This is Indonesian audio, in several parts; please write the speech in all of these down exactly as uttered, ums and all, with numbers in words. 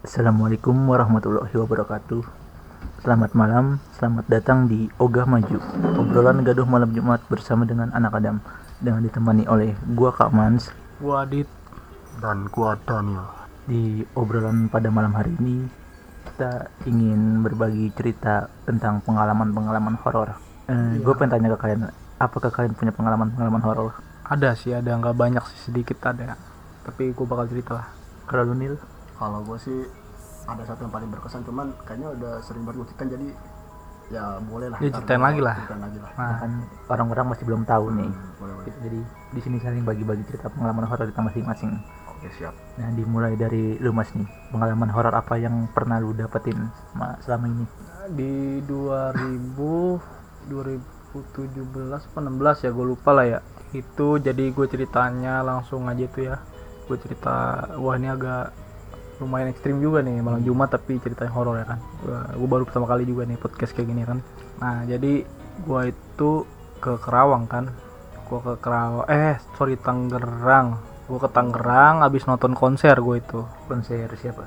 Assalamualaikum warahmatullahi wabarakatuh. Selamat malam, selamat datang di Ogah Maju, obrolan gaduh malam Jumat bersama dengan anak Adam, dengan ditemani oleh gua Kak Mans. Gua Adit. Dan gua Daniel. Di obrolan pada malam hari ini kita ingin berbagi cerita tentang pengalaman-pengalaman horor. Eh, gue pengen tanya ke kalian, apakah kalian punya pengalaman-pengalaman horor? Ada sih, ada, nggak banyak sih, sedikit ada. Tapi gua bakal cerita lah. Kalau lu, Nil? Kalau gua sih ada satu yang paling berkesan, cuman kayaknya udah sering banget gua ceritain, jadi ya boleh lah. Ya, ntar ceritain gua lagi lah. ceritain lagi lah. Nah, Kan orang-orang masih belum tahu nih. Boleh, boleh. Jadi di sini saling bagi-bagi cerita pengalaman horor kita masing-masing. Oke, siap. Nah, dimulai dari lu Mas nih. Pengalaman horor apa yang pernah lu dapetin ma- selama ini? di dua ribu dua ribu tujuh belas apa enam belas ya, gue lupa lah ya. Itu jadi gue ceritanya langsung aja tuh ya. Gue cerita, wah ini agak lumayan ekstrim juga nih, malam Jumat tapi ceritanya horor ya kan. Gue baru pertama kali juga nih podcast kayak gini kan. Nah, jadi gue itu ke Kerawang kan. Gue ke Kerawang, eh sorry Tangerang. Gue ke Tangerang abis nonton konser gue itu. Konser siapa?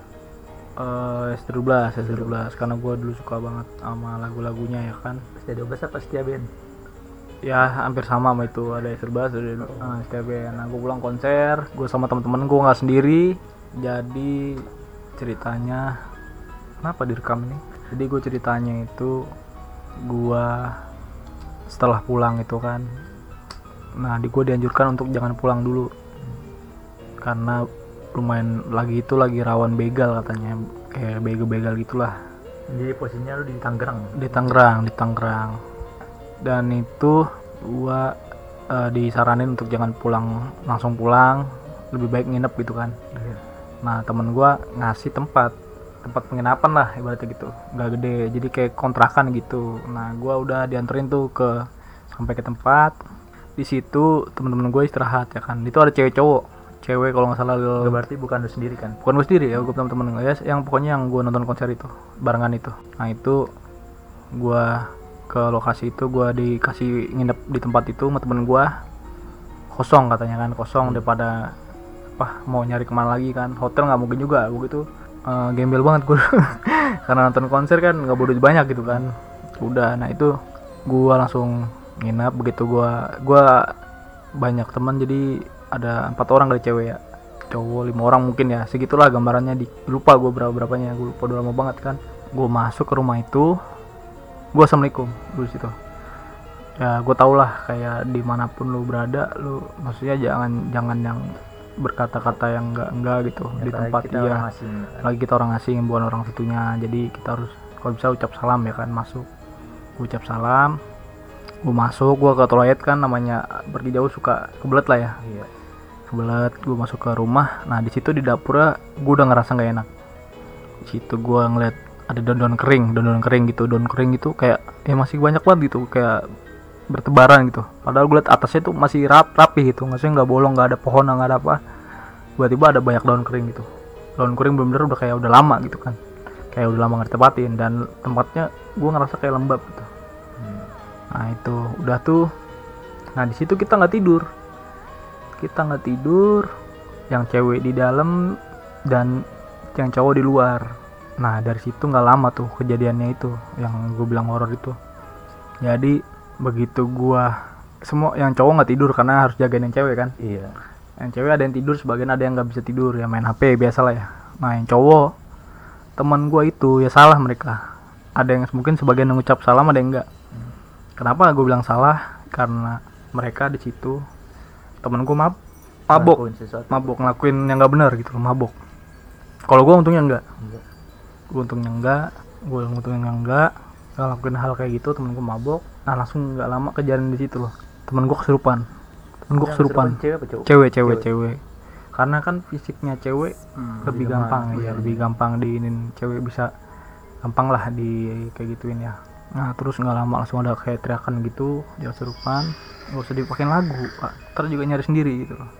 Eh, S dua belas, S dua belas karena gue dulu suka banget sama lagu-lagunya ya kan. S T dua belas apa Setia Band? Ya hampir sama sama itu, ada S dua belas, ada uh, S T B. Nah, gue pulang konser, gue sama teman-teman gue nggak sendiri. Jadi ceritanya kenapa direkam ini? Jadi gue ceritanya itu gue setelah pulang itu kan. Nah, di gue dianjurkan untuk jangan pulang dulu karena lumayan lagi itu lagi rawan begal katanya, kayak begal-begal gitulah Jadi posisinya lu di Tangerang. di Tangerang di Tangerang dan itu gua uh, disaranin untuk jangan pulang langsung pulang, lebih baik nginep gitu kan. Iya. Nah, temen gua ngasih tempat tempat penginapan lah ibaratnya gitu, nggak gede, jadi kayak kontrakan gitu. Nah, gua udah dianterin tuh ke sampai ke tempat. Di situ temen-temen gue istirahat ya kan. Itu ada cewek cowok, cewek kalau nggak salah. Gak berarti bukan lu sendiri kan? Bukan gue sendiri ya, gue teman-teman ya, yang pokoknya yang gue nonton konser itu barengan itu. Nah, itu gue ke lokasi itu, gue dikasih nginep di tempat itu sama temen gue. Kosong katanya kan, kosong daripada apa mau nyari kemana lagi kan, hotel nggak mungkin juga gue gitu. Uh, gembel banget gue karena nonton konser kan nggak bodo banyak gitu kan. Udah, nah itu gue langsung nginep. Begitu gue gue banyak teman, jadi ada empat orang dari cewek ya, cowok lima orang mungkin ya, segitulah gambarannya. Di lupa gue berapa berapanya, gue lupa, udah lama banget kan. Gue masuk ke rumah itu, gue assalamualaikum dulu situ. Ya gue tau lah, kayak dimanapun lu berada, lu maksudnya jangan jangan yang berkata-kata yang enggak enggak gitu Ya, di apalagi tempat kita dia. orang asing, kan? Lagi kita orang asing, bukan orang situnya, jadi kita harus kalau bisa ucap salam ya kan. Masuk, gue ucap salam, gue masuk, gue ke toilet kan, namanya pergi jauh suka kebelet lah ya. Iya. Kebelet, gue masuk ke rumah. Nah, di situ di dapurnya gue udah ngerasa nggak enak. Di situ gue ngeliat ada daun-daun kering, daun-daun kering gitu, daun kering gitu kayak ya masih banyak banget gitu, kayak bertebaran gitu. Padahal gue liat atasnya tuh masih rap rapi gitu, maksudnya nggak bolong, nggak ada pohon, nggak ada apa. Tiba-tiba ada banyak daun kering gitu. Daun kering bener-bener udah kayak udah lama gitu kan, kayak udah lama nggak ditempatin, dan tempatnya gue ngerasa kayak lembab gitu. Hmm. Nah itu udah tuh. Nah di situ kita nggak tidur, kita nggak tidur, yang cewek di dalam dan yang cowok di luar. Nah dari situ nggak lama tuh kejadiannya itu yang gue bilang horor itu. Jadi begitu gue, semua yang cowok nggak tidur karena harus jagain yang cewek kan. Iya. Yang cewek ada yang tidur, sebagian ada yang nggak bisa tidur ya, main H P biasa lah ya. Nah yang cowok, teman gue itu ya salah mereka. Ada yang mungkin sebagian yang ngucap salam, ada yang enggak. Kenapa gue bilang salah? Karena mereka di situ, temen gue mab mabok, Ngelakuin sesuatu. mabok ngelakuin yang nggak benar gitu, mabok. Kalau gue untungnya enggak, Enggak. gue untungnya enggak, gue untungnya enggak, nggak ngelakuin hal kayak gitu. Temen gue mabok. Nah langsung nggak lama kejadian di situ loh, temen gue kesurupan. Temen gue Yang kesurupan. serupan cewek apa cowok? Cewek, cewek, Cewek. cewek. Karena kan fisiknya cewek Hmm, lebih lebih gampang gampang, ya, iya. lebih gampang diinin, cewek bisa gampang lah di kayak gituin ya. Nah terus nggak lama langsung ada kayak teriakan gitu, dia kesurupan. Gak usah dipakein lagu, Pak. Ntar juga nyari sendiri gitu loh.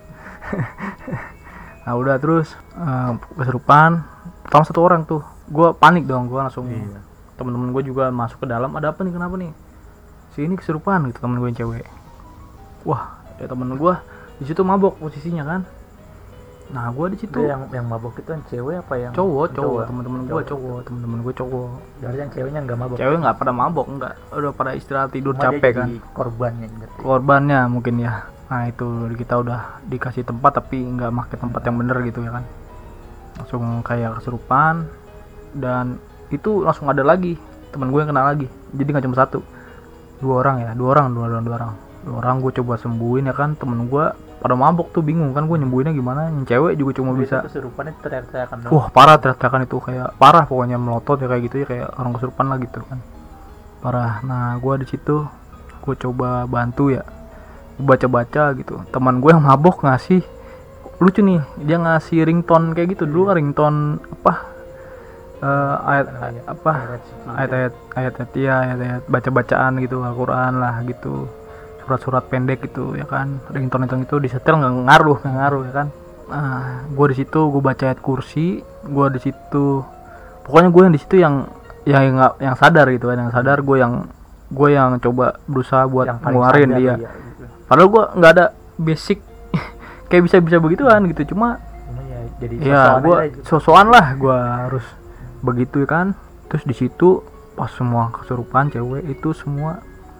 Nah udah terus uh, kesurupan. Pertama satu orang tuh, gue panik dong, gue langsung. Iya. Temen-temen gue juga masuk ke dalam, ada apa nih, kenapa nih? Si ini kesurupan gitu, temen gue yang cewek. Wah, ya temen gue di situ mabok posisinya kan. Nah gue di situ Itu yang yang mabok itu yang cewek apa yang cowok cowok cowok? teman-teman gue cowok teman-teman gue cowok. Dari yang ceweknya nggak mabok. Cewek nggak pada mabok, nggak, udah pada istirahat tidur, Cuma dia capek kan. jadi korbannya berarti. Korbannya mungkin ya. Nah itu kita udah dikasih tempat tapi nggak pakai tempat yang bener gitu ya kan, langsung kayak kesurupan. Dan itu langsung ada lagi teman gue yang kena lagi, jadi nggak cuma satu, dua orang ya, dua orang dua orang dua orang dua orang gue coba sembuhin ya kan. Temen gue pada mabok tuh, bingung kan gue nyembuhinnya gimana. Yang cewek juga cuma Itu bisa, kesurupannya teriak-teriakan doang. wah parah teriak-teriakan itu, kayak parah pokoknya, melotot ya kayak gitu ya, kayak orang kesurupan lah gitu kan, parah. Nah gue di situ gue coba bantu ya, baca-baca gitu. Teman gue yang mabok ngasih, lucu nih, dia ngasih ringtone kayak gitu dulu, ringtone apa, eh, ayat ayat apa ayat-ayat ayat-ayat ya ayat-ayat baca-bacaan gitu, Al-Quran lah gitu, surat-surat pendek gitu ya kan. Ringtone itu disetel nggak ngaruh nggak ngaruh ya kan. Nah gue di situ gue baca ayat kursi, gue di situ pokoknya gue yang di situ yang yang yang, yang sadar gitu kan, yang sadar gue yang gue yang coba berusaha buat Yang paling ngeluarin sadar dia. ya, gitu. Padahal gue nggak ada basic kayak bisa-bisa begituan gitu, cuma Cuma ya jadi ya sosokan gue aja gitu. sosokan lah, gue harus begitu kan. Terus di situ pas semua kesurupan cewek itu semua,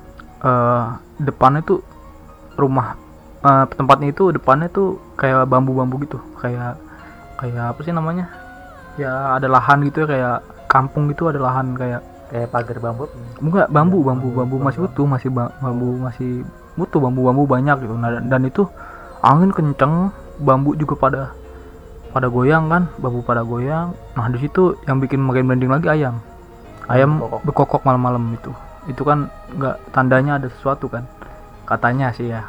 eh depannya tuh rumah, eh, tempatnya itu depannya tuh kayak bambu-bambu gitu, kayak kayak apa sih namanya ya, ada lahan gitu ya, kayak kampung gitu, ada lahan kayak Kayak pagar bambu. enggak, bambu Ya, bambu bambu masih bambu. utuh, masih ba- bambu masih utuh, bambu-bambu banyak gitu. Nah, dan, dan itu angin kenceng, bambu juga pada pada goyang kan, bambu pada goyang. Nah di situ yang bikin makin merinding lagi ayam ayam Berkokok. berkokok malam-malam itu itu kan nggak, tandanya ada sesuatu kan katanya sih ya.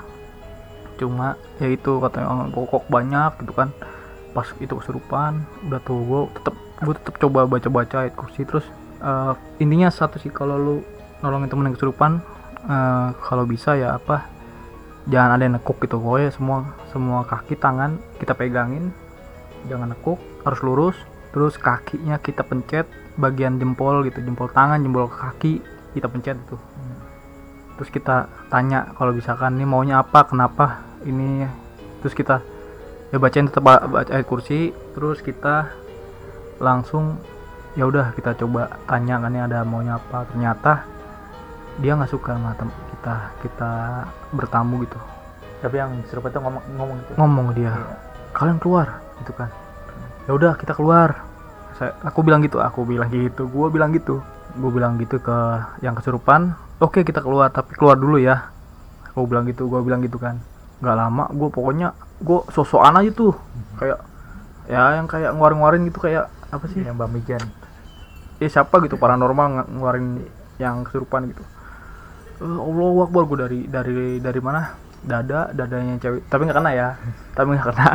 Cuma ya itu katanya orang kokok banyak gitu kan. Pas itu kesurupan udah tuh gue tetep gue tetep coba baca-baca ayat kursi. Terus eh, intinya satu sih, kalau lu nolongin temen yang kesurupan, eh, kalau bisa ya apa, jangan ada yang nekuk gitu. Pokoknya semua semua kaki tangan kita pegangin, jangan nekuk, harus lurus. Terus kakinya kita pencet, bagian jempol gitu, jempol tangan, jempol kaki kita pencet itu. Terus kita tanya kalau misalkan ini maunya apa, kenapa ini. Terus kita ya bacain, tetap baca ayat kursi. Terus kita langsung ya udah kita coba tanya kan, ini ada maunya apa. Ternyata dia nggak suka sama tem- kita kita bertamu gitu. Tapi yang serupa itu ngomong ngomong gitu. Ngomong dia, Iya. kalian keluar gitu kan. Ya udah kita keluar. Saya, aku bilang gitu, aku bilang gitu, gue bilang gitu, gue bilang gitu ke yang kesurupan. Oke kita keluar, tapi keluar dulu ya. Aku bilang gitu, gue bilang gitu kan. Gak lama, gue pokoknya gue sosokan aja tuh, kayak ya yang kayak ngeluarin-ngeluarin gitu, kayak apa sih? Yang Mbak Mijan. Eh siapa gitu paranormal ng- ngeluarin yang kesurupan gitu. Eh, Allahu Akbar, gue dari dari dari mana? Dada, dadanya cewek. Tapi nggak kena ya. Tapi nggak kena.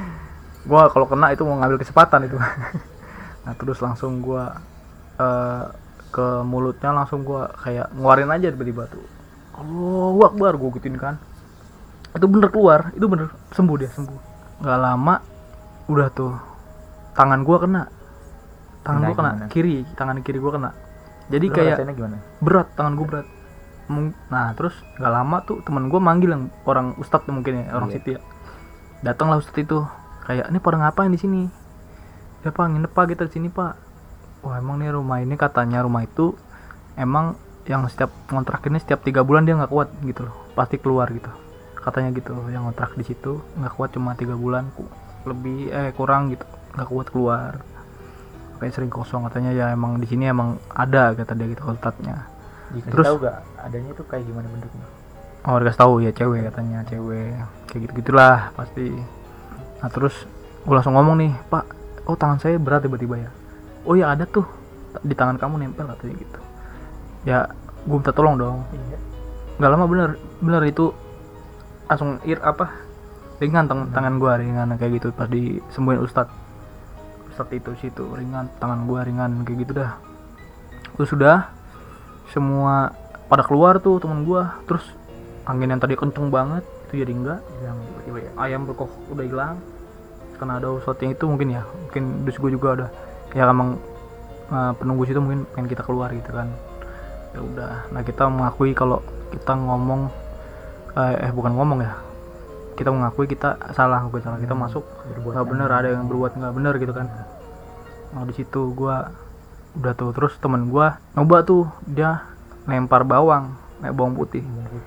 Gue kalau kena itu mau ngambil kesempatan itu. Nah terus langsung gue eh, ke mulutnya, langsung gue kayak ngeluarin aja tiba-tiba tuh. Allahu Akbar, gue gituin kan. Itu bener keluar, itu bener sembuh, dia sembuh. Nggak lama udah tuh tangan gue kena. Tangan Kena gue kena gimana? kiri, tangan kiri gue kena. Jadi Lu kayak rasanya gimana? berat, tangan gue berat. Mung- Nah terus nggak lama tuh teman gue manggil yang orang ustadz tuh mungkin ya, orang Iya. situ ya. Datanglah ustadz itu, kayak ini pada ngapain di sini? Ya pak, nginep pak kita di sini pak. Wah emang nih rumah ini, katanya rumah itu emang yang setiap ngontrak ini setiap tiga bulan dia nggak kuat gitu loh, pasti keluar gitu. Katanya gitu, yang ngontrak di situ nggak kuat cuma tiga bulan, ku- lebih eh kurang gitu, nggak kuat keluar. Kayak sering kosong katanya ya, emang di sini emang ada kata dia gitu ustadznya. Dikasih Terus- tahu gak adanya itu kayak gimana bentuknya? Oh dikasih tahu ya, cewek katanya, cewek kayak gitu gitulah pasti. Nah terus gue langsung ngomong nih, pak, oh tangan saya berat tiba-tiba ya. Oh ya ada tuh di tangan kamu nempel katanya gitu. Ya gue minta tolong dong. Iya. Nggak lama bener bener itu langsung ir apa ringan tang- tangan gue ringan kayak gitu pas disembuhin ustadz. Ustadz itu situ ringan, tangan gue ringan kayak gitu dah. Terus sudah semua pada keluar tuh temen gue. Terus angin yang tadi kenceng banget itu jadi enggak, Yang tiba-tiba ya. ayam berkokok udah hilang karena ada sesuatu yang itu mungkin ya, mungkin dus gue juga udah ya emang uh, penunggu situ mungkin pengen kita keluar gitu kan. Ya udah, nah kita mengakui kalau kita ngomong eh, eh bukan ngomong ya, kita mengakui kita salah, ngakui salah, kita masuk Berbuat nggak yang- bener, ada yang berbuat nggak bener gitu kan. Nah di situ gue udah tuh, terus temen gue nyoba tuh, dia lempar bawang, kayak bawang putih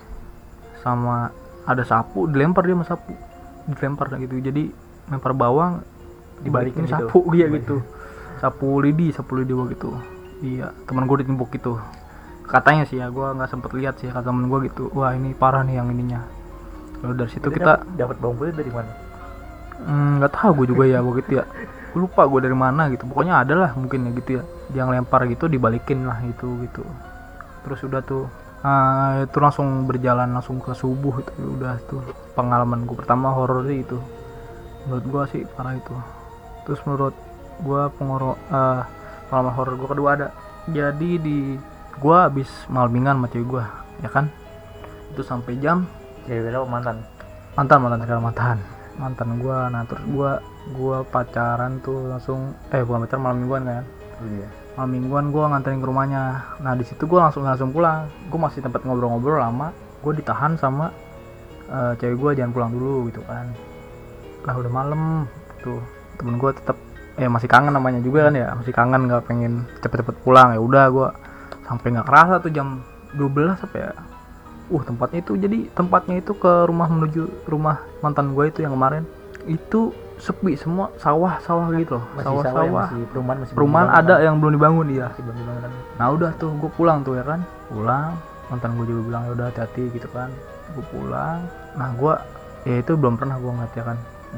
sama ada sapu, dilempar dia sama sapu, dilempar gitu, jadi lempar bawang dibalikin Dibalikin gitu. sapu, iya gitu, sapu lidi, sapu lidi gua gitu. Iya, teman gue ditimbuk gitu katanya sih ya, gue nggak sempet lihat sih, kata temen gue gitu, wah ini parah nih yang ininya. Lalu dari situ Jadi kita dapat- dapat bawang putih dari mana? hmm, nggak tahu gue juga ya begitu ya, Gua lupa gue dari mana gitu, pokoknya ada lah mungkin ya gitu ya, yang lempar gitu dibalikin lah itu gitu. Terus udah tuh ah, itu langsung berjalan langsung ke subuh itu, udah tuh pengalaman gue pertama horor sih itu, menurut gue sih parah itu. Terus menurut gue pengoro uh, pengalaman horor gue kedua ada, jadi di gue habis malmingan sama cewek gue ya kan, itu sampai jam Cewek lo mantan. mantan mantan sekarang mantan mantan gue. Nah terus gue gue pacaran tuh langsung eh bukan pacaran, malam mingguan kan, Iya. malam mingguan gue nganterin ke rumahnya. Nah di situ gue langsung langsung pulang, gue masih tempat ngobrol-ngobrol lama, gue ditahan sama uh, cewek gue jangan pulang dulu gitu kan. Nah udah malam tuh, temen gue tetap ya masih kangen namanya juga kan ya, masih kangen, nggak pengen cepet-cepet pulang. Ya udah gue sampai nggak kerasa tuh jam dua belas apa ya, uh tempatnya itu, jadi tempatnya itu ke rumah menuju rumah mantan gue itu yang kemarin itu sepi semua, sawah-sawah gitu loh, Masih sawah, ya, sawah-sawah, masih perumahan masih perumahan belum ada dibangun, yang belum dibangun dia. masih belum dibangun. Nah udah tuh gue pulang tuh ya kan, pulang, mantan gue juga bilang ya udah hati-hati gitu kan, gue pulang. Nah gue ya itu belum pernah gue ngeliat ya kan,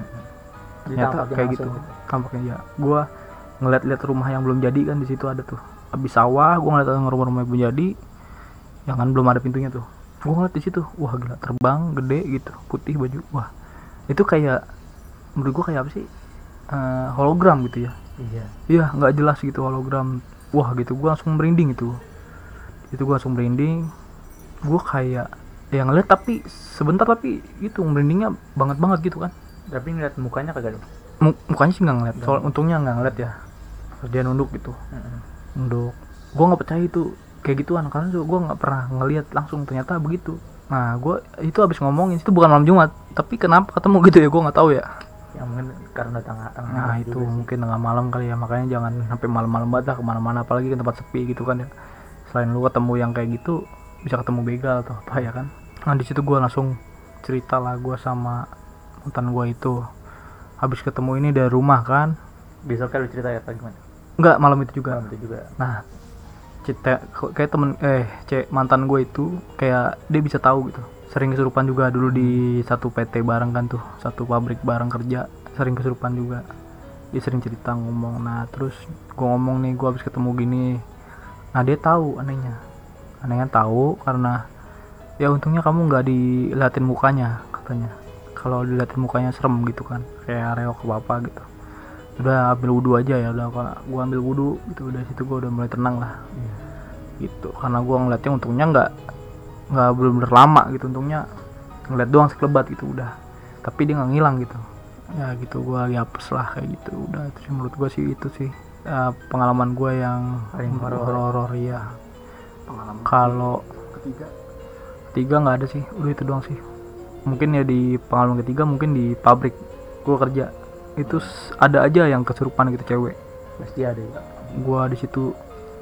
Jadi ternyata tampaknya kayak langsung gitu tampaknya ya. Gue ngeliat-liat rumah yang belum jadi kan, di situ ada tuh habis sawah, gue ngeliat rumah-rumah yang belum jadi yang kan belum ada pintunya tuh, gue ngeliat di situ, wah gila, terbang gede gitu, putih baju, wah itu kayak menurut gue kayak apa sih, Eh, hologram gitu ya. Iya. Iya nggak jelas gitu, hologram, wah gitu, gue langsung merinding itu itu gue langsung merinding. Gue kayak yang ngeliat tapi sebentar, tapi itu merindingnya banget banget gitu kan. Tapi ngeliat mukanya kagak dong. Mu- mukanya sih nggak ngeliat, soal untungnya nggak ngeliat ya, terus dia nunduk gitu, Heeh. nunduk. Gue nggak percaya itu kayak gituan karena gue nggak pernah ngeliat langsung, ternyata begitu. Nah gue itu habis ngomongin, itu bukan malam Jumat, tapi kenapa ketemu gitu ya, gue nggak tahu ya. Yang mungkin karena tengah tengah. Nah itu mungkin tengah malam kali ya, makanya jangan sampai malam-malam banget lah kemana-mana, apalagi ke tempat sepi gitu kan ya. Selain lu ketemu yang kayak gitu, bisa ketemu begal atau apa ya kan. Nah di situ gue langsung cerita lah gue sama mantan gue itu, habis ketemu ini dari rumah kan. Besok lu cerita ya apa gimana? Enggak, malam itu juga. Malam itu juga. Nah cerita kayak temen eh cek mantan gue itu kayak dia bisa tahu gitu, sering kesurupan juga dulu di satu P T bareng kan tuh, satu pabrik bareng kerja, sering kesurupan juga. Dia sering cerita ngomong. Nah terus gue ngomong nih, gue habis ketemu gini. Nah dia tahu anehnya, anehnya tahu karena ya untungnya kamu nggak diliatin mukanya katanya. Kalau diliatin mukanya serem gitu kan, kayak reok ke bapak gitu. Udah ambil wudhu aja ya, udah gue ambil wudhu gitu, dari situ gue udah mulai tenang lah. Iya. Gitu, karena gue ngeliatnya untungnya nggak nggak bener-bener lama gitu, untungnya ngeliat doang sekelebat gitu udah, tapi dia nggak ngilang gitu ya gitu. Gue lagi hapus lah kayak gitu, udah itu sih menurut gue sih, itu sih uh, pengalaman gue yang Paling horor. horor ya. Pengalaman Kalau ketiga ketiga nggak ada sih, udah itu doang sih. Mungkin ya di pengalaman ketiga mungkin di pabrik gue kerja itu s- ada aja yang kesurupan gitu cewek. Pasti ada ya. Gue di situ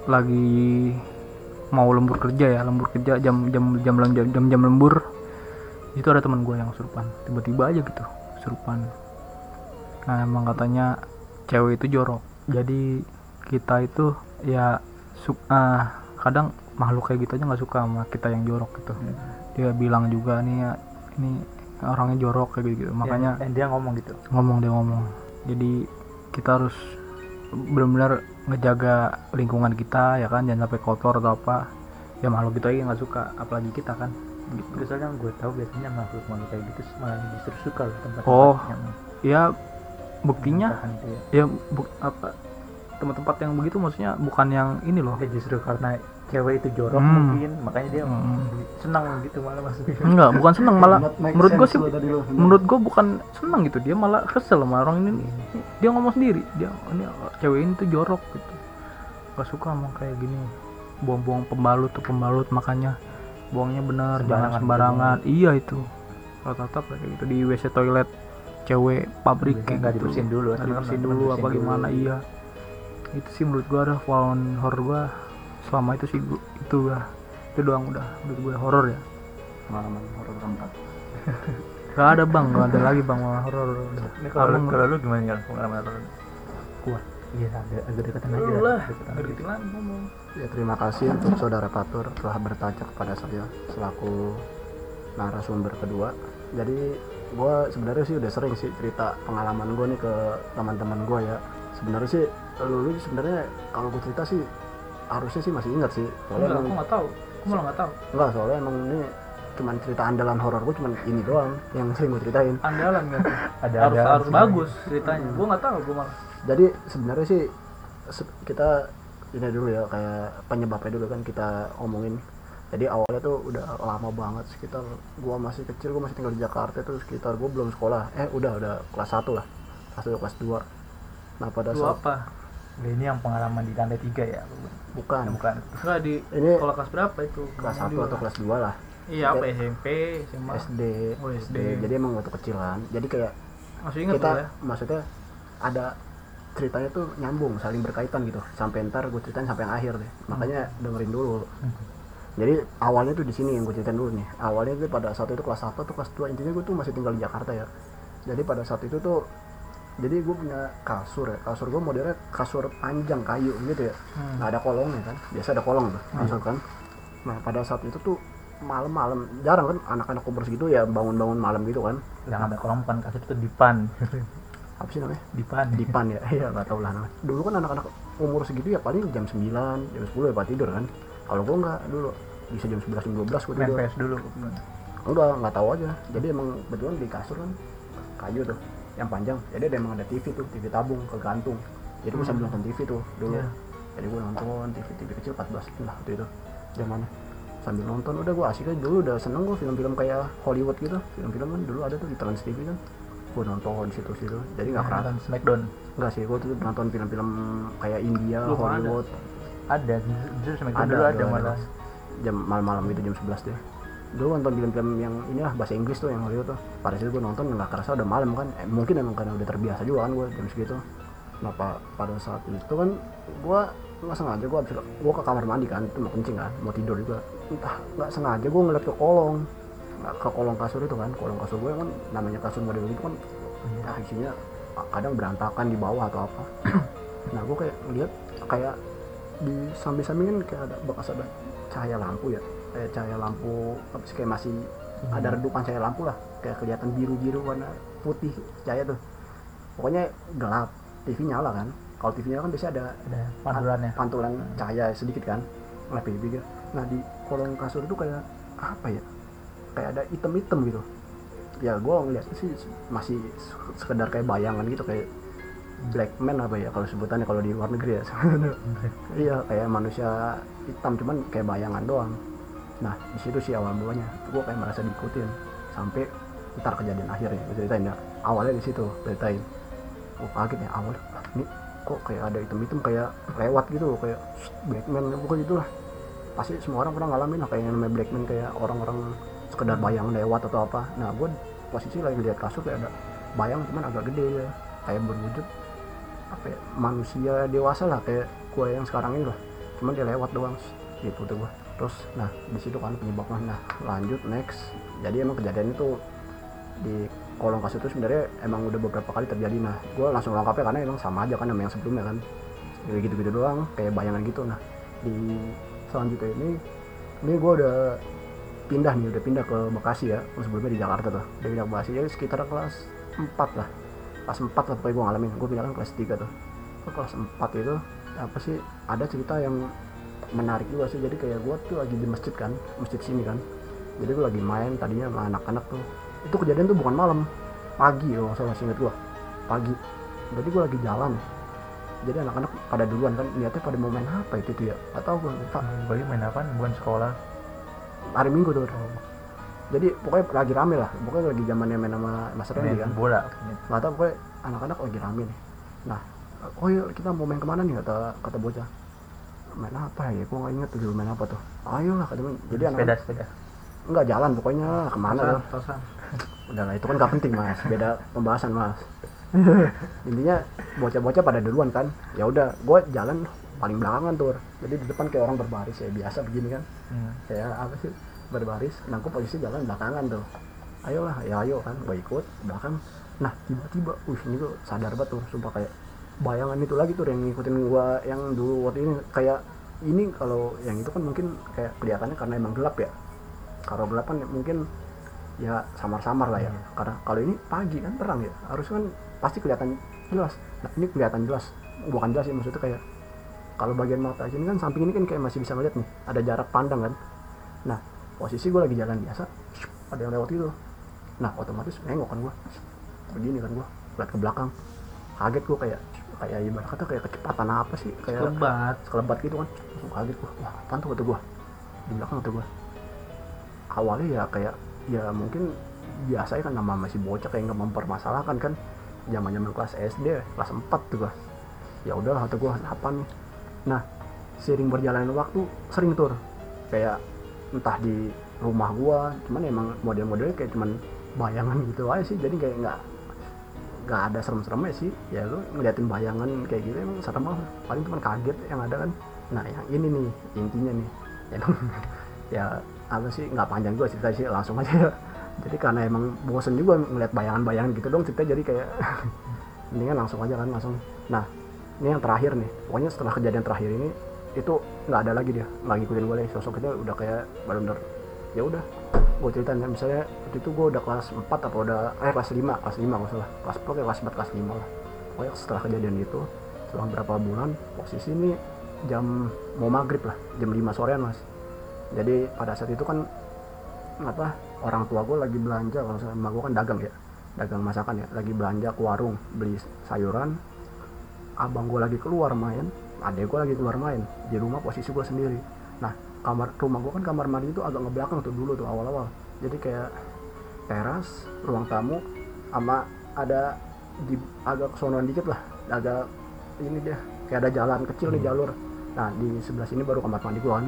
lagi mau lembur kerja ya, lembur kerja jam jam jam jam jam, jam lembur, itu ada teman gue yang kesurupan tiba-tiba aja gitu, kesurupan. Nah emang katanya cewek itu jorok, jadi kita itu ya su- ah, kadang makhluk kayak gitu aja nggak suka sama kita yang jorok gitu. Dia bilang juga nih ya, ini orangnya jorok kayak gitu, makanya Dan dia ngomong gitu. ngomong dia ngomong. Jadi kita harus benar-benar ngejaga lingkungan kita ya kan, jangan sampai kotor atau apa. Ya makhluk gitu aja nggak suka, apalagi kita kan. Gitu. Soalnya gue tahu biasanya makhluk makhluk kayak gitu malah justru suka loh tempat-tempat Oh. yang Ya buktinya tahan itu ya. ya bu- apa tempat-tempat yang begitu maksudnya bukan yang ini loh. Ya justru karena cewek itu jorok Hmm. mungkin makanya dia Hmm. senang gitu malah maksudnya. Enggak, bukan seneng, malah Not make menurut gue sense sih lo tadi lo. menurut gue bukan senang gitu, dia malah kesel sama orang ini. Dia ngomong sendiri, dia ini cewek ini tuh jorok gitu, gak suka ngomong kayak gini, buang-buang pembalut tuh, pembalut makanya buangnya benar, jangan Sembarangan sembarangan. Iya itu kalau tatap kayak gitu di W C toilet cewek pabrik Biasanya kayak nggak gitu. dibersihin dulu, nggak atau dibersihin kan dulu bersihin apa dulu. gimana. Iya, itu sih menurut gua ada fallen horror gua selama itu sih. Gua, itu lah, itu doang udah menurut gua horor ya. Pengalaman horor keempat. Gak ada bang, gak ada lagi bang malah horor udah. Ini kalau Abang kalau lu gimana ya pengalaman horor? kuat. Iya, agak agak deketan aja. Lu lah, deketan gak aja. deketin lagi ngomong. Ya terima kasih untuk saudara Patur telah bertanya kepada saya selaku narasumber kedua. Jadi gue sebenarnya sih udah sering sih cerita pengalaman gue nih ke teman-teman gue ya. Sebenarnya sih lu, lu sebenarnya kalau gue cerita sih harusnya sih masih ingat sih. Soalnya Enggak, emang, aku gak tahu. Aku malah gak tahu. enggak, soalnya emang ini cuman cerita andalan horor gue cuman ini doang yang sering gue ceritain. Andalan gitu. Ada harus ada harus bagus ceritanya. Gua nggak tahu, gua malah. Jadi sebenarnya sih se- kita ini dulu ya kayak penyebabnya dulu kan kita omongin. Jadi awalnya tuh udah lama banget, sekitar gua masih kecil, gua masih tinggal di Jakarta tuh sekitar gua belum sekolah. Eh udah udah kelas satu lah. Kelas satu kelas dua. Nah, pada Lu saat apa? Ini yang pengalaman di lantai tiga ya? bukan Bukan. Enggak di Ini sekolah kelas berapa itu? kelas Ngomong satu dulu atau lah. kelas dua lah. Iya, apa S M P, S M A. S D. Oh, S D. Jadi emang waktu kecil kan. Jadi kayak Masih ingat kita tuh ya? maksudnya ada ceritanya tuh nyambung, saling berkaitan gitu. Sampai ntar gue ceritain sampai yang akhir deh. Makanya dengerin dulu. Jadi awalnya tuh di sini yang gue ceritain dulu nih. Awalnya tuh pada saat itu kelas satu atau kelas dua, intinya gue tuh masih tinggal di Jakarta ya. Jadi pada saat itu tuh jadi gue punya kasur ya. Kasur gue modelnya kasur panjang kayu gitu ya. Hmm. Nah, ada kolongnya kan. Biasa ada kolong tuh kasur kan. Nah, pada saat itu tuh malam-malam jarang kan anak-anak umur segitu ya bangun-bangun malam gitu kan. Yang ada kolong bukan kasur itu dipan. Apa sih namanya? Dipan. Dipan ya. Iya, enggak tahu lah namanya. Dulu kan anak-anak umur segitu ya paling jam sembilan, jam sepuluh ya pada tidur kan. Kalau gue enggak dulu bisa jam sebelas, jam dua belas gue Main tidur. P S dulu. Enggak, enggak tahu aja. Jadi emang betulan di kasur kan kayu tuh yang panjang. Jadi ada emang ada T V tuh, T V tabung kegantung. Jadi gue sambil nonton T V tuh dulu. Iya. Jadi gue nonton T V T V kecil empat belas lah waktu itu. Zamannya sambil nonton udah gue asik aja dulu, udah seneng gue film-film kayak Hollywood gitu. Film-film kan dulu ada tuh di Trans T V kan. Gue nonton di situ-situ. Jadi enggak kerasa. Nonton Smackdown. Enggak sih, gue tuh nonton film-film kayak India, Belum ada. Hollywood. Ada, justru Smackdown Ada, dulu ada ada, malah. ada. Jam malam-malam gitu jam sebelas deh. Dulu nonton film-film yang ini lah bahasa Inggris tuh yang Hollywood tuh. Pada saat gue nonton nggak kerasa udah malam kan. Eh, mungkin emang karena udah terbiasa juga kan gue jam segitu. Nah pa- pada saat itu kan gue nggak sengaja gue abis gue ke kamar mandi kan, itu mau kencing kan, mau tidur juga. Entah nggak sengaja gue ngeliat ke kolong, nggak ke kolong kasur itu kan. Kolong kasur gue kan namanya kasur model itu kan, ya isinya kadang berantakan di bawah atau apa. Nah gue kayak ngeliat kayak di samping-samping kan kayak ada bekas ada cahaya lampu ya, kayak cahaya lampu apa sih, kayak masih ada redupan cahaya lampu lah, kayak kelihatan biru-biru warna putih cahaya tuh. Pokoknya gelap, T V nyala kan. Kalau T V nyala kan biasanya ada Ada pantulannya. pantulan cahaya sedikit kan, lebih gitu. Nah di kolong kasur itu kayak apa ya, kayak ada item-item gitu. Ya gue ngeliat sih masih sekedar kayak bayangan gitu, kayak black man apa ya kalau sebutannya kalau di luar negeri ya. Iya kayak manusia hitam cuman kayak bayangan doang. Nah di situ sih awal mulanya gue kayak merasa diikutin sampai ntar kejadian akhirnya gue ceritain ya. Awalnya di situ ceritain, gue kaget ya awalnya ini kok kayak ada item-item kayak lewat gitu, kayak black man pokoknya gitu lah. Pasti semua orang pernah ngalamin lah kayak yang namanya black man, kayak orang-orang sekedar bayangan lewat atau apa. Nah gue posisi lagi lihat kasur kayak ada bayang cuman agak gede ya, kayak berwujud apa ya, manusia dewasa lah kayak gue yang sekarang ini lah, cuman dia lewat doang gitu tuh gue. Terus nah di situ kan penyebabnya. Nah lanjut next, jadi emang kejadian itu di kolong kasur itu sebenarnya emang udah beberapa kali terjadi. Nah gue langsung lengkapnya karena emang sama aja kan sama yang sebelumnya kan, kayak gitu-gitu doang kayak bayangan gitu. Nah di selanjutnya ini ini gue udah pindah nih, udah pindah ke Bekasi ya. Sebelumnya di Jakarta tuh udah pindah ke Bekasi, jadi sekitar kelas empat lah, kelas empat lah pokoknya gue ngalamin. Gue pindah kan kelas tiga tuh. Ke kelas empat itu apa sih, ada cerita yang menarik juga sih. Jadi kayak gue tuh lagi di masjid kan, masjid sini kan. Jadi gue lagi main tadinya sama anak-anak tuh. Itu kejadian tuh bukan malam, pagi loh, salah inget gue pagi. Jadi gue lagi jalan, jadi anak-anak pada duluan kan, niatnya pada mau main apa itu tuh ya, gak tau gue lupa. Bagi main apa? Bukan sekolah. Hari Minggu tuh. Jadi pokoknya lagi rame lah, pokoknya lagi zamannya main sama Mas Randy Main kan. bola. Gak tau pokoknya anak-anak lagi rame nih. Nah, oh iya kita mau main kemana nih, kata kata bocah. Main apa ya? Gue nggak inget tuh dulu main apa tuh. Ayo lah kata main. Jadi Sepeda anak sepeda. nggak jalan pokoknya kemana Tosan, tuh. tosan. udahlah itu kan nggak penting mas, beda pembahasan mas. Intinya bocah-bocah pada duluan kan, ya udah gue jalan paling belakangan tuh, jadi di depan kayak orang berbaris ya biasa begini kan, Hmm. kayak apa sih berbaris, nah gue posisi jalan belakangan tuh, ayolah ya ayo kan, gue ikut belakang. Nah tiba-tiba, wih ini gue sadar banget tuh, sumpah kayak bayangan itu lagi tuh yang ngikutin gue yang dulu waktu ini, kayak ini kalau yang itu kan mungkin kayak kelihatannya karena emang gelap ya, kalau gelap kan mungkin ya samar-samar lah ya, Hmm. karena kalau ini pagi kan terang ya, harusnya kan pasti kelihatan jelas. Nah ini kelihatan jelas, bukan jelas sih maksudnya kayak kalau bagian mata sini kan samping ini kan kayak masih bisa ngeliat nih, ada jarak pandang kan. Nah posisi gue lagi jalan biasa, syuk, ada yang lewat itu, nah otomatis nengok kan gue, begini kan gue lihat ke belakang, kaget gue kayak kayak ibarat kata kayak kecepatan apa sih, kayak Lebat. sekelebat gitu kan, langsung kaget gue, wah apaan tuh kata gue, di belakang kata gue. Awalnya ya kayak ya mungkin biasanya kan nama masih bocah kayak nggak mempermasalahkan kan, zaman zaman kelas S D kelas empat tuh gue, ya udahlah kata gue apa nih. Nah seiring berjalannya waktu sering tuh kayak entah di rumah gue, cuman emang model-modelnya kayak cuman bayangan gitu aja sih, jadi kayak nggak nggak ada serem-seremnya sih, ya lu ngeliatin bayangan kayak gitu emang serem banget, paling cuma kaget yang ada kan. Nah yang ini nih intinya nih emang ya apa sih, nggak panjang juga cerita sih, langsung aja ya. Jadi karena emang bosen juga ngeliat bayangan-bayangan gitu dong cerita, jadi kayak mendingan langsung aja kan langsung. Nah ini yang terakhir nih, pokoknya setelah kejadian terakhir ini itu nggak ada lagi dia, nggak ngikutin gue lagi, sosok itu udah kayak bener-bener ya udah. Gue ceritain ya, misalnya waktu itu gue udah kelas empat apa udah eh kelas lima kelas lima nggak salah, kelas pokoknya kelas empat kelas lima lah. Pokoknya setelah kejadian itu setelah beberapa bulan, posisi ini jam mau maghrib lah, jam lima sorean mas. Jadi pada saat itu kan apa, orang tua gue lagi belanja, kalau sama gue kan dagang ya, dagang masakan ya, lagi belanja ke warung beli sayuran. Abang gue lagi keluar main, adek gue lagi keluar main, di rumah posisi gue sendiri. Nah kamar rumah gue kan kamar mandi itu agak ngebelakang tuh dulu tuh awal-awal, jadi kayak teras, ruang tamu, sama ada di agak kesonoan dikit lah, agak ini dia kayak ada jalan kecil nih jalur. Nah di sebelah sini baru kamar mandi gue kan,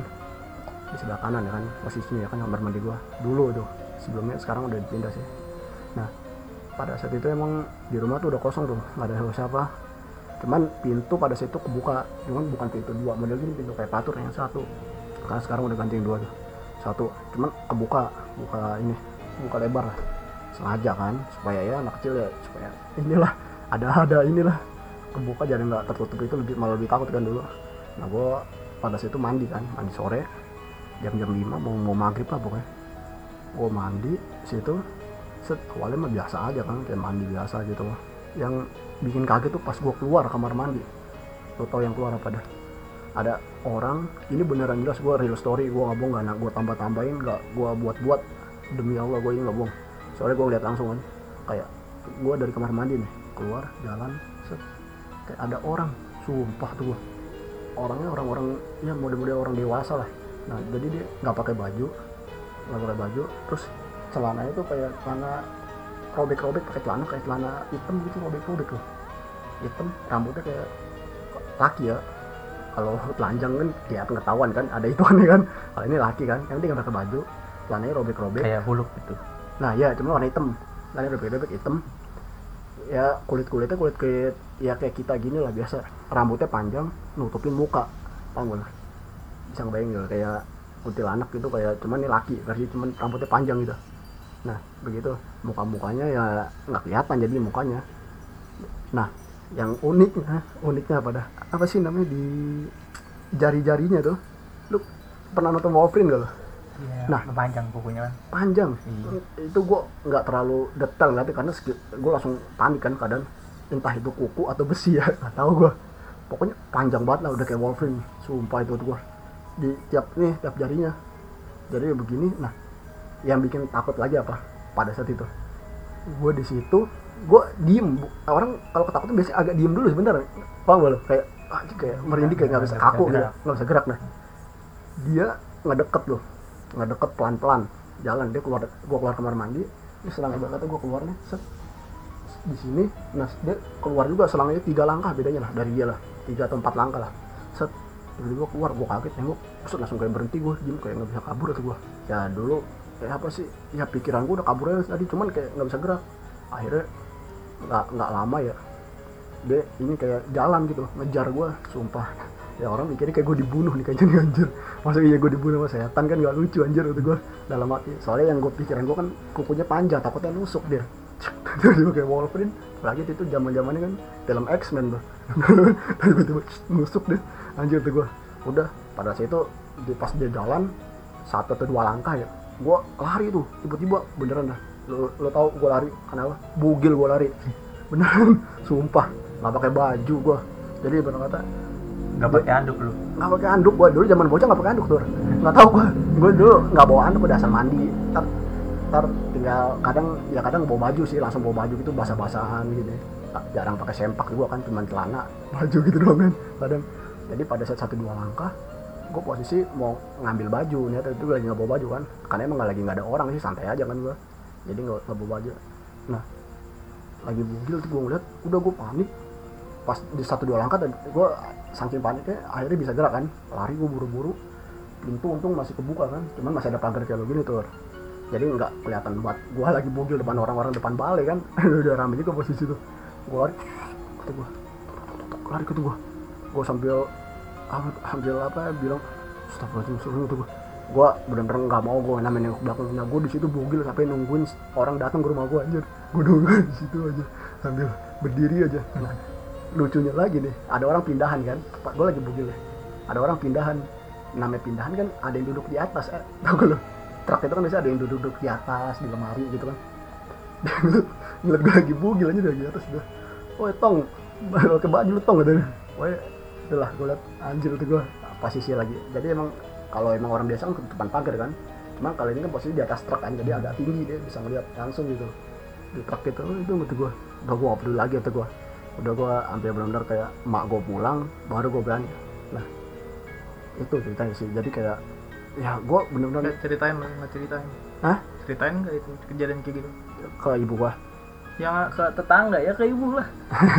di sebelah kanan ya kan posisinya ya kan kamar mandi gue dulu tuh, sebelumnya sekarang udah dipindah sih. Nah pada saat itu emang di rumah tuh udah kosong tuh, nggak ada siapa, cuman pintu pada saat itu kebuka, cuman bukan pintu dua model gini, pintu kayak patur yang satu, karena sekarang udah ganti yang dua tuh, satu cuman kebuka, buka ini buka lebar lah, sengaja kan supaya ya anak kecil ya supaya inilah ada ada inilah kebuka, jadi nggak tertutup, itu lebih malah lebih takut kan dulu. Nah gue pada saat itu mandi kan, mandi sore jam-jam lima mau mau maghrib lah pokoknya, gue mandi situ set, awalnya mah biasa aja kan kayak mandi biasa gitu loh. Yang bikin kaget tuh pas gue keluar kamar mandi, lo tau yang keluar apa dah? Ada orang, ini beneran jelas, gue real story, gue nggak bohong, nggak gue tambah-tambahin, nggak gue buat-buat, demi Allah gue ini nggak bohong, soalnya gue lihat langsung kan, kayak gue dari kamar mandi nih keluar jalan set, kayak ada orang, sumpah tuh gue, orangnya orang-orang ya model-model orang dewasa lah. Nah jadi dia nggak pakai baju, nggak pakai baju, terus celananya tuh kayak celana robek-robek, pakai celana kayak celana hitam gitu, robek-robek loh, hitam, rambutnya kayak laki ya, kalau telanjang kan kelihatan ketahuan kan ada itu kan ya kan, kalau ini laki kan, yang dia nggak pakai baju, celananya robek-robek Kayak huluk gitu. nah ya cuma warna hitam, celananya robek-robek hitam ya, kulit kulitnya kulit kulit ya kayak kita gini lah biasa, rambutnya panjang nutupin muka, paham gak? Bisa ngebayang gitu kayak kuntilanak gitu, kayak cuman ini laki versi cuman rambutnya panjang gitu. Nah begitu muka mukanya ya nggak kelihatan jadi mukanya. Nah yang uniknya uniknya apa dah, apa sih namanya di jari-jarinya tuh, lu pernah nonton Wolverine gak lo? Ya, Nah. panjang kukunya kan. Panjang. Iya. Itu gue nggak terlalu detail nanti karena gue langsung panik kan, kadang entah itu kuku atau besi ya nggak tahu gue, pokoknya panjang banget lah, udah kayak Wolverine, sumpah itu tuh gue di tiap nih tiap jarinya jadi begini. Nah yang bikin takut lagi apa, pada saat itu gue di situ gue diem, orang kalau ketakutan biasanya agak diem dulu sebentar, paham gak lo, kayak ah, kayak merinding, kayak nggak bisa kaku gitu, nggak bisa gerak. Nah dia nggak deket loh, nggak deket, pelan-pelan jalan, dia keluar, gue keluar kamar mandi, ini selang ibarat kata gue keluar nih set di sini, nah dia keluar juga selangnya tiga langkah bedanya lah dari dia lah, tiga atau empat langkah lah, set tiba-tiba keluar, gue kaget nengok, set langsung kayak berhenti, gue diem kayak nggak bisa kabur atau gue ya dulu kayak apa sih ya, pikiran gue udah kabur aja tadi, cuman kayak nggak bisa gerak. Akhirnya nggak nggak lama ya dia ini kayak jalan gitu ngejar gue, sumpah ya orang mikirnya kayak gue dibunuh nih kayaknya nih anjir, masa iya gue dibunuh sama setan kan nggak lucu anjir gitu gue dalam hati. Soalnya yang gue pikiran gue kan kukunya panjang, takutnya nusuk dia tiba-tiba kayak Wolverine lagi itu zaman zamannya kan film X-Men tuh tiba-tiba nusuk deh anjir tuh gue. Udah pada saat itu di pas dia jalan satu atau dua langkah ya gue lari tuh, tiba-tiba beneran dah lo, lo tau gue lari kenapa? Bugil gue lari beneran sumpah, nggak pakai baju gue. Jadi bener kata nggak pakai anduk lu? Nggak pakai anduk gue dulu, zaman bocah nggak pakai anduk tuh, nggak tahu gue gue dulu nggak bawa anduk, udah asal mandi ntar, ntar tinggal kadang ya kadang bawa baju sih, langsung bawa baju gitu basah-basahan gitu ya. Jarang pakai sempak gue kan, cuma celana baju gitu doang kan kadang. Jadi pada saat satu dua langkah gue posisi mau ngambil baju nih, itu gue lagi nggak bawa baju kan, karena emang lagi nggak ada orang sih, santai aja kan gue, jadi nggak nggak bawa baju. Nah lagi bugil tuh gue ngeliat, udah gue panik pas di satu dua langkah, dan gue saking paniknya akhirnya bisa gerak kan, lari gue buru-buru, pintu untung masih kebuka kan, cuman masih ada pagar kayak gini tuh, jadi nggak kelihatan banget gue lagi bugil depan orang-orang depan balai kan udah rame juga posisi tuh. Gue lari kata gue lari kata gue gue sambil ambil apa ya, bilang astagfirullahaladzim suruh tuh gue gue bener-bener nggak mau gue namanya ke belakang. Nah gue di situ bugil sampai nungguin orang datang ke rumah gue anjir, gue nungguin di situ aja sambil berdiri aja. Nah lucunya lagi nih, ada orang pindahan kan, gue lagi bugil ya, ada orang pindahan. Namanya pindahan kan ada yang duduk di atas, eh, tau gak lo, truk itu kan biasa ada yang duduk di atas di lemari gitu kan. Ngeliat gue lagi bugil aja dari atas gue, woi tong pakai baju lu tong katanya, woi itulah gue liat anjir tuh gue posisi lagi. Jadi emang kalau emang orang biasa kan ke depan pagar kan, cuma kalau ini kan posisi di atas truk kan, jadi agak tinggi, dia bisa ngeliat langsung gitu di truk itu. Oh, itu gitu gue udah gue gak peduli lagi atau gue udah gue hampir benar-benar kayak emak gue pulang baru gue berani. Nah itu ceritanya sih, jadi kayak ya gue benar-benar Nggak ceritain lah, nggak ceritain. Hah? Ceritain nggak itu kejadian kayak gitu? ke ibu gue. Yang ke tetangga ya, ke ibu lah.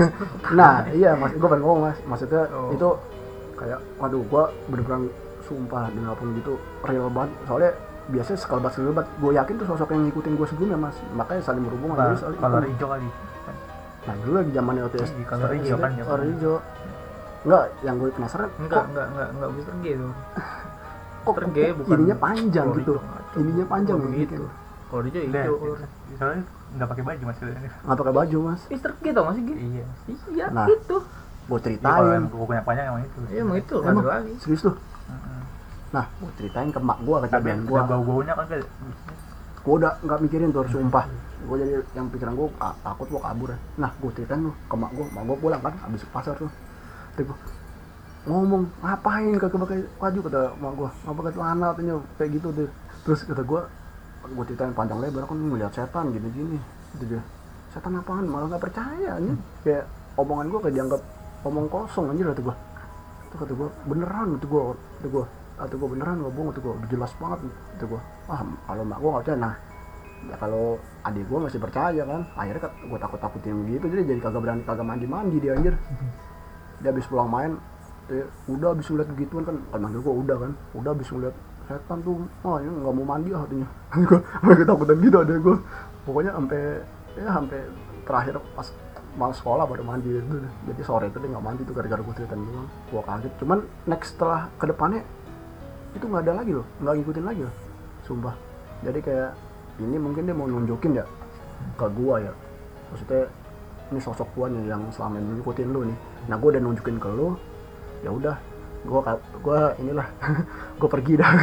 Nah iya mas, gue pengen ngomong mas, maksudnya Oh. itu kayak waduh gue bener-bener sumpah demi apapun gitu real banget. Soalnya biasanya sekelebat sekelebat gue yakin tuh sosok yang ngikutin gue sebelumnya mas, makanya saling berhubungan. Nah, Jadi soal kalau itu. hijau kali. Nah dulu lagi zamannya O T S Di color hijau kan, color hijau. Enggak, yang gue penasaran Enggak, kok, enggak, enggak, enggak bisa pergi itu. kok, Pergi, kok bukan ininya panjang color gitu, hijau, nggak. ininya panjang Oh, ya, begitu. gitu. Kalau dia Udah, hijau. soalnya nggak pakai baju mas. Nggak pakai baju mas, Mister G tau gak sih G? Iya. Iya, Nah. itu. gue Iya, kalau ceritain. yang kukunya panjang emang itu. Iya, emang itu, Emang? ada lagi. Serius tuh. Mm-mm. Nah gue ceritain ke mak gue Tapi kejadian gue. ada bau-baunya kan kayak. Gue udah nggak mikirin tuh, sumpah. Gue jadi yang pikiran gue ah, takut gue kabur ya. Nah gue ceritain tuh ke mak gue, mak gue pulang kan habis ke pasar tuh. Terus gue ngomong ngapain kagak pakai baju, kata mak gue, nggak pakai celana katanya kayak gitu deh. Terus kata gue, gue ceritain panjang lebar kan ngeliat setan gini-gini. Gitu dia, setan apaan, malah nggak percaya nih. Kayak omongan gue kayak dianggap omong kosong anjir kata gue. Itu kata gue beneran kata gue, kata gue, kata gue beneran nggak bohong kata gue, udah jelas banget kata gue. Ah kalau mak gue nggak percaya, nah ya kalau adik gue masih percaya kan, akhirnya gue takut-takutin gitu, jadi jadi kagak berani, kagak mandi-mandi dia anjir. Dia habis pulang main, dia udah habis ngeliat begituan kan, kan manggil gue udah kan, udah habis ngeliat setan tuh, oh ini nggak mau mandi ah katanya. Gue sampai ketakutan gitu ada gue, pokoknya sampai ya sampai terakhir pas mau sekolah baru mandi itu. Jadi sore itu dia nggak mandi tuh gara-gara gue ceritain doang. Gue kaget, cuman next setelah kedepannya itu nggak ada lagi loh, nggak ngikutin lagi loh, sumpah. Jadi kayak ini mungkin dia mau nunjukin ya ke gua ya, maksudnya ini sosok gua nih yang selama ini ngikutin lu nih. Nah gua udah nunjukin ke lu, ya udah gua gua inilah gua pergi dah.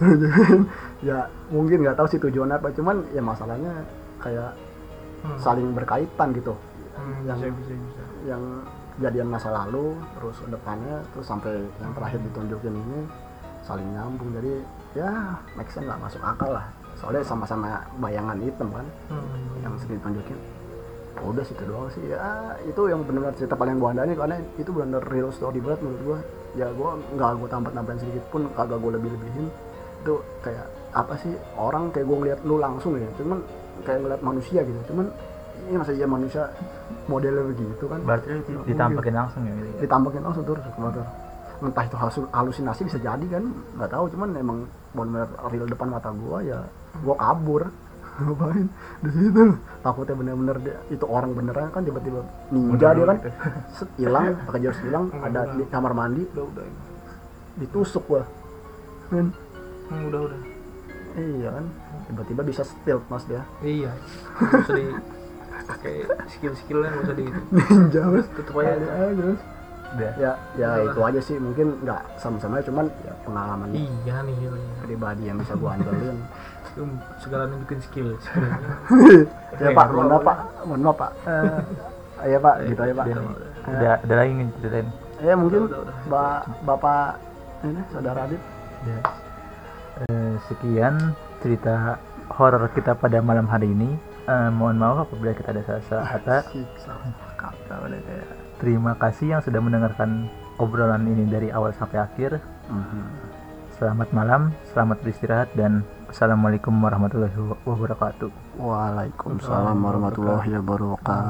Ya mungkin nggak tahu sih tujuan apa, cuman ya masalahnya kayak Hmm. saling berkaitan gitu. Hmm, yang bisa, bisa, bisa. yang kejadian masa lalu terus depannya terus sampai yang terakhir ditunjukin ini saling nyambung, jadi ya make sense lah, masuk akal lah. Soalnya sama-sama bayangan hitam kan Hmm. yang sering ditunjukin. Udah situ doang sih ya, itu yang benar-benar cerita paling gua andalin karena itu benar-benar real story banget menurut gua. Ya gua nggak gua tambah-tambahin sedikit pun, kagak gua lebih-lebihin. Itu kayak apa sih, orang kayak gua ngeliat lu langsung ya, cuman kayak ngeliat manusia gitu, cuman ini masa iya manusia modelnya begitu kan. Berarti itu ditampakin langsung ya gitu ya? Ditampakin langsung terus ke motor. entah itu hasil halusinasi bisa jadi kan, nggak tahu, cuman emang benar-benar real depan mata gua ya, gua kabur. Ngapain di situ, takutnya bener-bener dia- itu orang beneran kan, tiba-tiba ninja dia kan, set hilang, pakai jurus hilang, ada di kamar mandi, udah udah ditusuk gua kan. hmm, udah udah Iya kan, tiba-tiba bisa stealth mas dia. iya nggak usah di pakai skill-skillnya, nggak usah di Ninja mas, tutup aja. aja terus. Udah. Ya ya itu aja sih, mungkin nggak sama-sama cuman ya pengalaman Iya nih, iya. pribadi yang bisa gua andelin. Itu segala nunjukin skill, skillnya. Ya pak, mohon maaf pak, mohon maaf pak. Eh, iya pak, gitu aja pak. Udah, udah, ada lagi yang ceritain. Ya mungkin Udah, udah, udah. ba- bapak ini saudara Adit. Ya. Eh, sekian cerita horor kita pada malam hari ini. Eh, mohon maaf apabila kita ada salah kata. Siksa kata udah kayak. Terima kasih yang sudah mendengarkan obrolan ini dari awal sampai akhir. Selamat malam, selamat beristirahat, dan assalamualaikum warahmatullahi wabarakatuh. Waalaikumsalam warahmatullahi wabarakatuh.